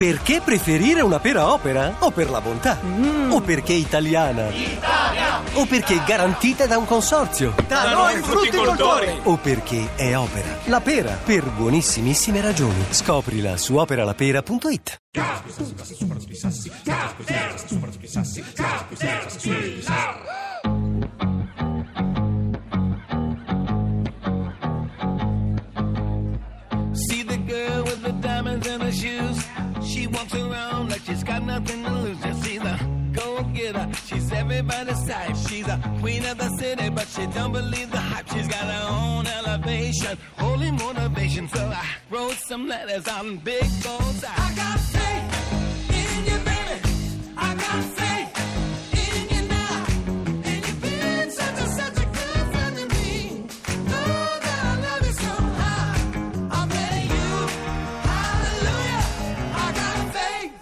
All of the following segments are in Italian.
Perché preferire una pera Opera? O per la bontà? O perché italiana? Italia! O perché garantita da un consorzio? Da noi frutticoltori! O perché è Opera? La pera, per buonissimissime ragioni. Scoprila su operalapera.it. See the girl with the diamonds in her shoes. She walks around like she's got nothing to lose. Just see the go-getter. She's everybody's type. She's a queen of the city, but she don't believe the hype. She's got her own elevation, holy motivation. So I wrote some letters on big goals. I got faith in you, baby. I got faith in you now. And you've been such a good friend to me. Know that I love you so high. I'm letting you. Hallelujah. I got faith.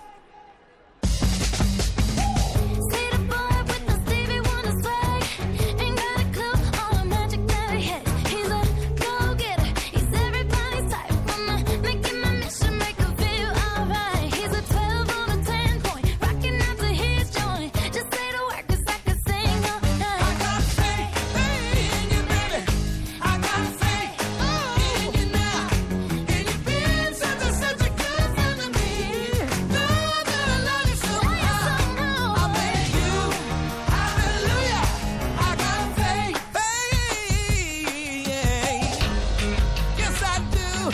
See the boy with the Stevie Wonder swag. Ain't got a clue all the magic that he has. He's a go-getter. He's everybody's type. Making my mission make her feel alright. He's a 12 on a 10 point, rocking out to his joint. Just say the word 'cause I can sing all night. I got faith in you, baby. I got faith in you now. And you've been such a good friend to me. Know that I love you so much. I bet you, hallelujah. I got faith, yes I do.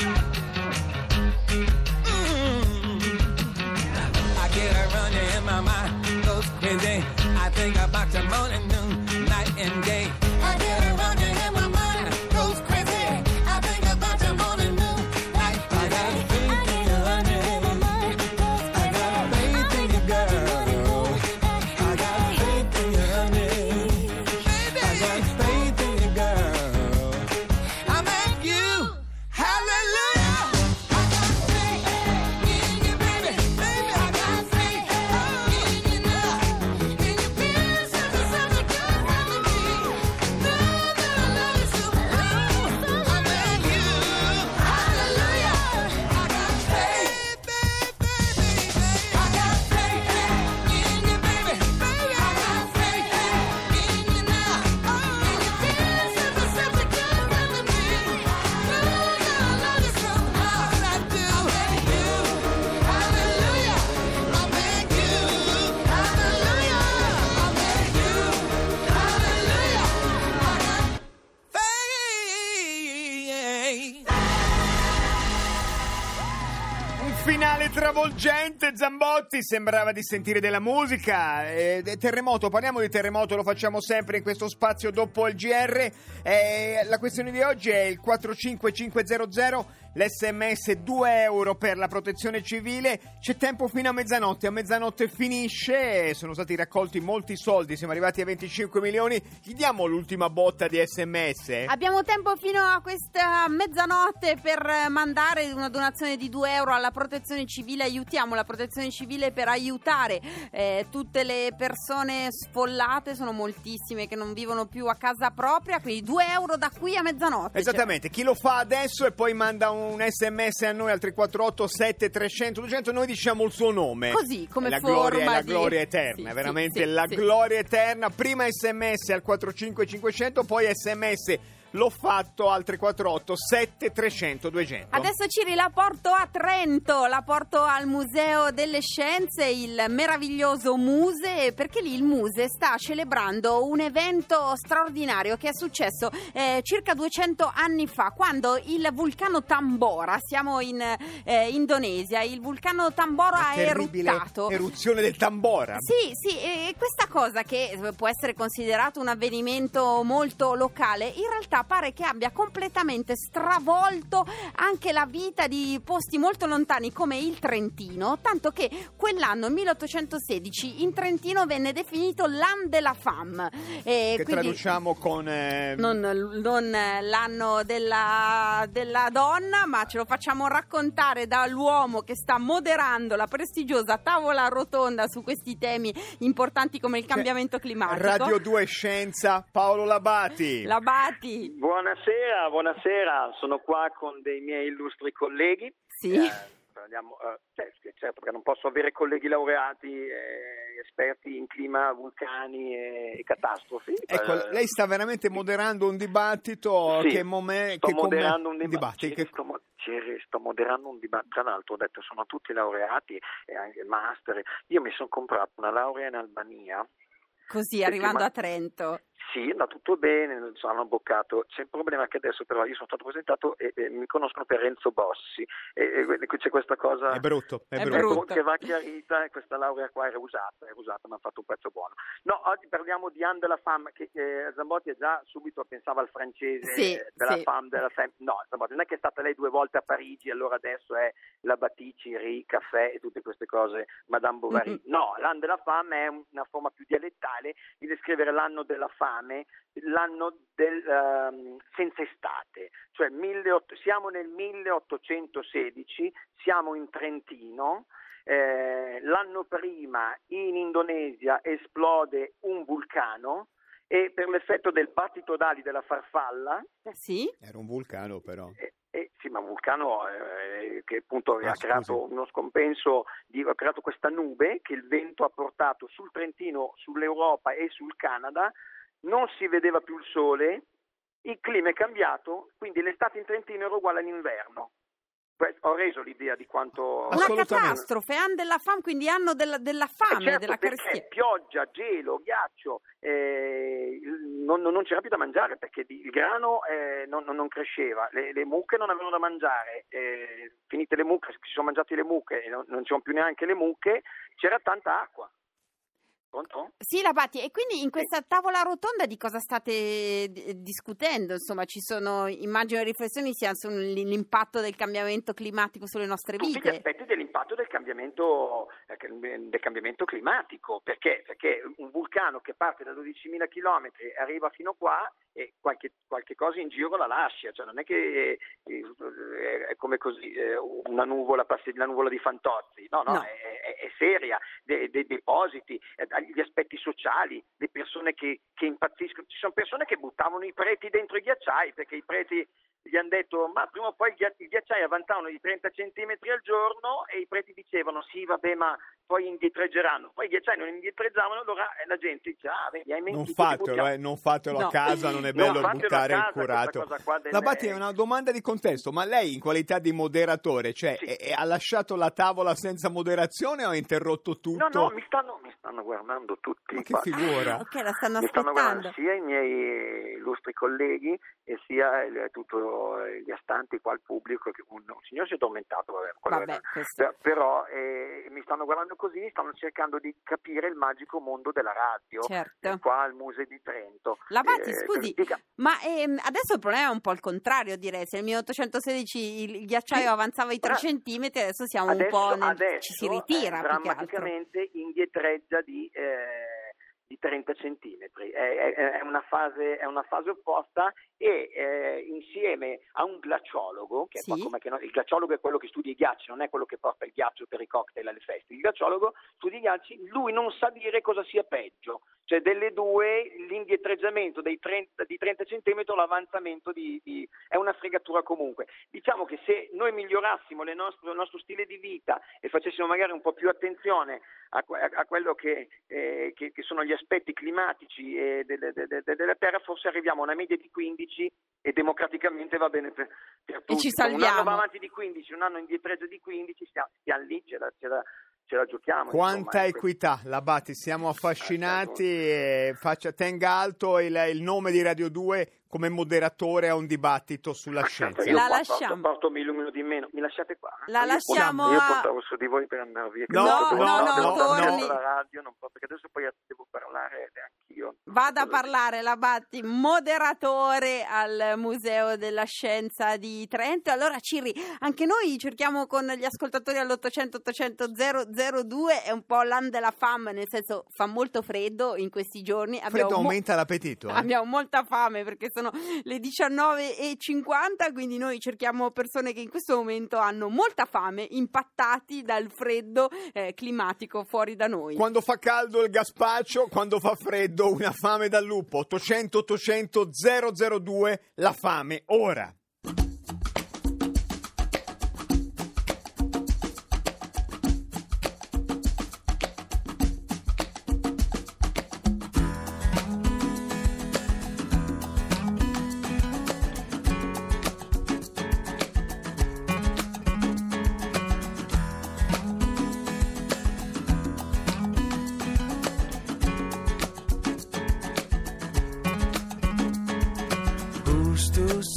I get a running in my mind, goes crazy. I think about you morning, noon, night and day. I get a running in my mind, goes crazy. I think about you morning, noon, night and day. I get a running in my mind, goes crazy. I got faith in you, girl. I got faith in you, honey. I got faith in you, girl. I'm at you, hallelujah. I got faith in you, baby. Baby, I got faith in you now. And you've been such a good friend to me. Know that I love you so much. I'm at you, hallelujah. I got faith, baby. I got faith in you, baby. Baby, I got faith in you now. And you've been such a good friend to me. Know that I love you so much. I do. I'm at you, hallelujah. I'm at you, hallelujah. I'm at you, hallelujah. I got faith. Un finale travolgente, Zambotti, sembrava di sentire della musica. Terremoto, parliamo di terremoto, lo facciamo sempre in questo spazio dopo il GR. La questione di oggi è il 45500, l'SMS 2 euro per la protezione civile. C'è tempo fino a mezzanotte finisce, sono stati raccolti molti soldi, siamo arrivati a 25 milioni. Gli diamo l'ultima botta di SMS? Abbiamo tempo fino a questa mezzanotte per mandare una donazione di 2 euro alla protezione civile. Aiutiamo la protezione civile per aiutare tutte le persone sfollate, sono moltissime che non vivono più a casa propria, quindi 2 euro da qui a mezzanotte. Esattamente, chi lo fa adesso e poi manda un SMS a noi al 348 7300 200, noi diciamo il suo nome. Così, come la forma gloria, la di... gloria eterna, Sì, veramente sì, la sì. gloria eterna. Prima SMS al 45500, poi SMS l'ho fatto al 348 7300 200. Adesso Ciri la porto a Trento, la porto al Museo delle Scienze, il meraviglioso Muse, perché lì il Muse sta celebrando un evento straordinario che è successo circa 200 anni fa, quando il vulcano Tambora, siamo in Indonesia, il vulcano Tambora ha eruttato. Eruzione del Tambora. Sì, e questa cosa che può essere considerato un avvenimento molto locale, in realtà pare che abbia completamente stravolto anche la vita di posti molto lontani come il Trentino, tanto che quell'anno, 1816, in Trentino venne definito l'An de la Femme. Che quindi traduciamo con... non l'anno della donna, ma ce lo facciamo raccontare dall'uomo che sta moderando la prestigiosa tavola rotonda su questi temi importanti come il cambiamento climatico. Radio 2 Scienza, Paolo Labati. Buonasera, sono qua con dei miei illustri colleghi. Sì. certo, perché non posso avere colleghi laureati esperti in clima, vulcani e catastrofi. Ecco, lei sta veramente moderando un dibattito sì, che moderando un dibattito. Sto moderando un dibattito. Tra l'altro, ho detto, sono tutti laureati e anche master. Io mi sono comprato una laurea in Albania. Così, arrivando a Trento. Sì, va tutto bene, hanno abboccato. C'è il problema che adesso però io sono stato presentato e mi conoscono per Renzo Bossi e c'è questa cosa è brutto. che va chiarita, e questa laurea qua era usata, ma ha fatto un pezzo buono. No, oggi parliamo di Anne de la Femme, che Zambotti già subito pensava al francese Femme de la Femme. No, Zambotti non è che è stata lei 2 volte a Parigi, allora adesso è la Battici, Rie, Caffè e tutte queste cose, Madame Bovary. Mm-hmm. No, l'Anne de la Femme è una forma più dialettale di descrivere l'anno della fame, l'anno del senza estate, cioè siamo nel 1816, siamo in Trentino, l'anno prima in Indonesia esplode un vulcano e per l'effetto del battito d'ali della farfalla, sì, era un vulcano però. Sì, ma un vulcano che appunto ha creato uno scompenso, ha creato questa nube che il vento ha portato sul Trentino, sull'Europa e sul Canada. Non si vedeva più il sole, il clima è cambiato, quindi l'estate in Trentino era uguale all'inverno. Ho reso l'idea di quanto... Una catastrofe, anno della fame, quindi anno della fame, certo, della carestia. Pioggia, gelo, ghiaccio, non c'era più da mangiare perché il grano non cresceva, le mucche non avevano da mangiare, finite le mucche, si sono mangiati le mucche e non c'erano più neanche le mucche, c'era tanta acqua. Pronto? Sì, Labatti, e quindi in questa tavola rotonda di cosa state discutendo? Insomma, ci sono, immagino, riflessioni sia sull'impatto del cambiamento climatico sulle nostre vite. Tutti gli aspetti dell'impatto del cambiamento climatico, perché un vulcano che parte da 12.000 chilometri arriva fino qua e qualche cosa in giro la lascia, cioè non è che è come così una nuvola di Fantozzi, no. È seria, dei depositi, gli aspetti sociali, le persone che impazziscono. Ci sono persone che buttavano i preti dentro i ghiacciai perché i preti gli hanno detto ma prima o poi i ghiacciai avanzavano di 30 centimetri al giorno e i preti dicevano sì vabbè ma poi indietreggeranno, poi i ghiacciai non indietreggiavano, allora la gente dice vedi, hai mentito, non fatelo a casa, non è bello buttare il curato. Labatti, è una domanda di contesto, ma lei in qualità di moderatore, cioè ha lasciato la tavola senza moderazione o ha interrotto tutto? No, mi stanno guardando tutti. Ma che figura? Ok, la stanno mi aspettando. Stanno guardando sia i miei illustri colleghi e sia tutti gli astanti qua al pubblico, che un signore si è addormentato, però mi stanno guardando così, stanno cercando di capire il magico mondo della radio, certo. Qua al Museo di Trento. Labatti, scusi, ma adesso il problema è un po' il contrario, direi. Se nel 1816 il ghiacciaio avanzava i 3 centimetri, adesso siamo un po' ci si ritira. Drammaticamente indietreggia di 30 centimetri, è una fase opposta e insieme a un glaciologo, che il glaciologo è quello che studia i ghiacci, non è quello che porta il ghiaccio per i cocktail alle feste, il glaciologo studia i ghiacci, lui non sa dire cosa sia peggio, cioè delle due l'indietreggiamento di 30 centimetri o l'avanzamento è una fregatura comunque. Diciamo che se noi migliorassimo il nostro stile di vita e facessimo magari un po' più attenzione a quello che sono gli aspetti climatici della Terra, forse arriviamo a una media di 15 e democraticamente va bene per tutti. E ci salviamo. Un anno va avanti di 15, un anno indietreggia di 15, stiamo lì, ce la giochiamo. Quanta equità, Labatti, siamo affascinati. Tenga alto il nome di Radio 2 come moderatore a un dibattito sulla scienza. La lasciamo. Porto mi illumino di meno. Mi lasciate qua? La lasciamo. Io portavo su di voi per andare via. No, torni. La radio, non posso, perché adesso poi devo parlare anch'io. Vada a parlare, Labatti, moderatore al Museo della Scienza di Trento. Allora, Ciri, anche noi cerchiamo con gli ascoltatori all'800 800 002, è un po' l'anno della fame, nel senso fa molto freddo in questi giorni. Freddo aumenta l'appetito. Abbiamo molta fame perché sono le 19:50, quindi noi cerchiamo persone che in questo momento hanno molta fame, impattati dal freddo climatico fuori da noi. Quando fa caldo il gazpacio, quando fa freddo una fame dal lupo. 800 800 002, la fame ora.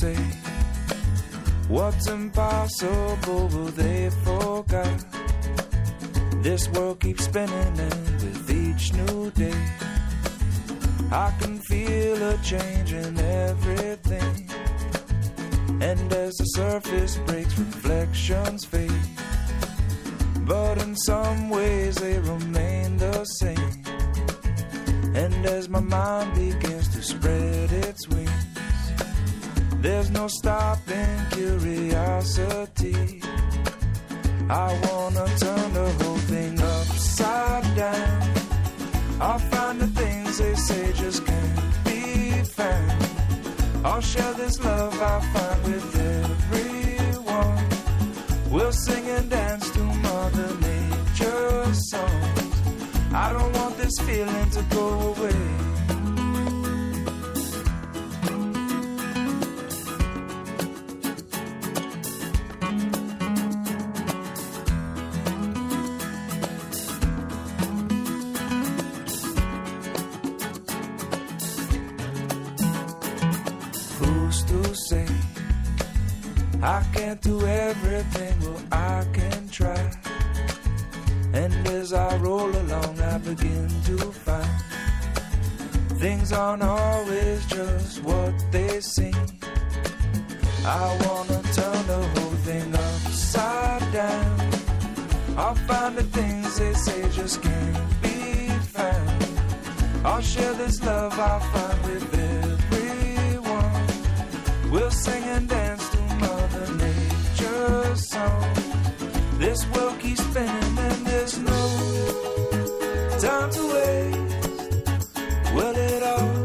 say what's impossible, well, they forgot. This world keeps spinning, and with each new day I can feel a change in everything. And as the surface breaks, reflections fade, but in some ways they remain the same. And as my mind begins to spread its wings, there's no stopping curiosity. I wanna turn the whole thing upside down. I'll find the things they say just can't be found. I'll share this love I find with everyone. We'll sing and dance to Mother Nature's songs. I don't want this feeling to go away. Who's to say I can't do everything? Well, I can try. And as I roll along, I begin to find things aren't always just what they seem. I wanna turn the whole thing upside down. I'll find the things they say just can't be found. I'll share this love I find with everyone. We'll sing and dance to Mother Nature's song. This world keeps spinning and there's no time to waste. Well, it all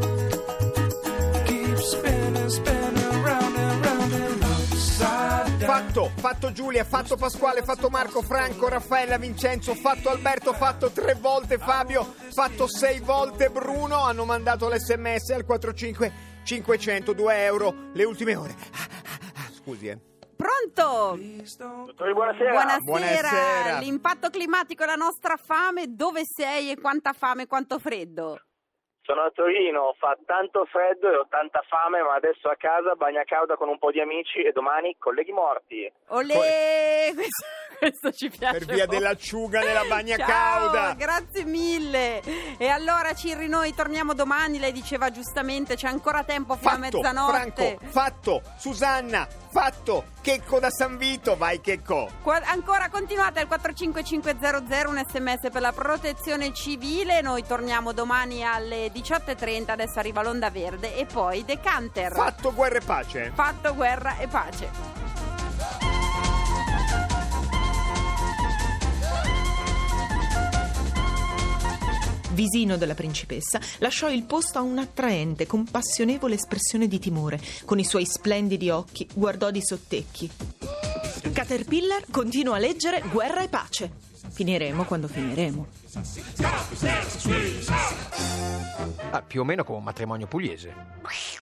keeps spinning, spinning round and round and upside down. Fatto Giulia, fatto Pasquale, fatto Marco, Franco, Raffaella, Vincenzo, fatto Alberto, fatto 3 volte Fabio, fatto 6 volte Bruno. Hanno mandato l'SMS al 45500, 2 euro le ultime ore. Scusi, Pronto? Dottori, buonasera. Buonasera. L'impatto climatico e la nostra fame, dove sei e quanta fame, quanto freddo? Sono a Torino, fa tanto freddo e ho tanta fame, ma adesso a casa bagna cauda con un po' di amici e domani colleghi morti. Olè! Questo ci piace per via molto. dell'acciuga nella bagna Ciao, cauda. grazie mille. E allora Cirri, noi torniamo domani, lei diceva giustamente c'è ancora tempo fino a mezzanotte. Franco, fatto, Susanna, fatto, Checco da San Vito, vai Checco. Ancora continuate al 45500, un sms per la protezione civile. Noi torniamo domani alle 18:30, adesso arriva l'Onda Verde e poi Decanter. Fatto, guerra e pace. Fatto, guerra e pace. Visino della principessa lasciò il posto a un'attraente, compassionevole espressione di timore. Con i suoi splendidi occhi guardò di sottecchi. Caterpillar continua a leggere Guerra e pace. Finiremo quando finiremo. Più o meno come un matrimonio pugliese.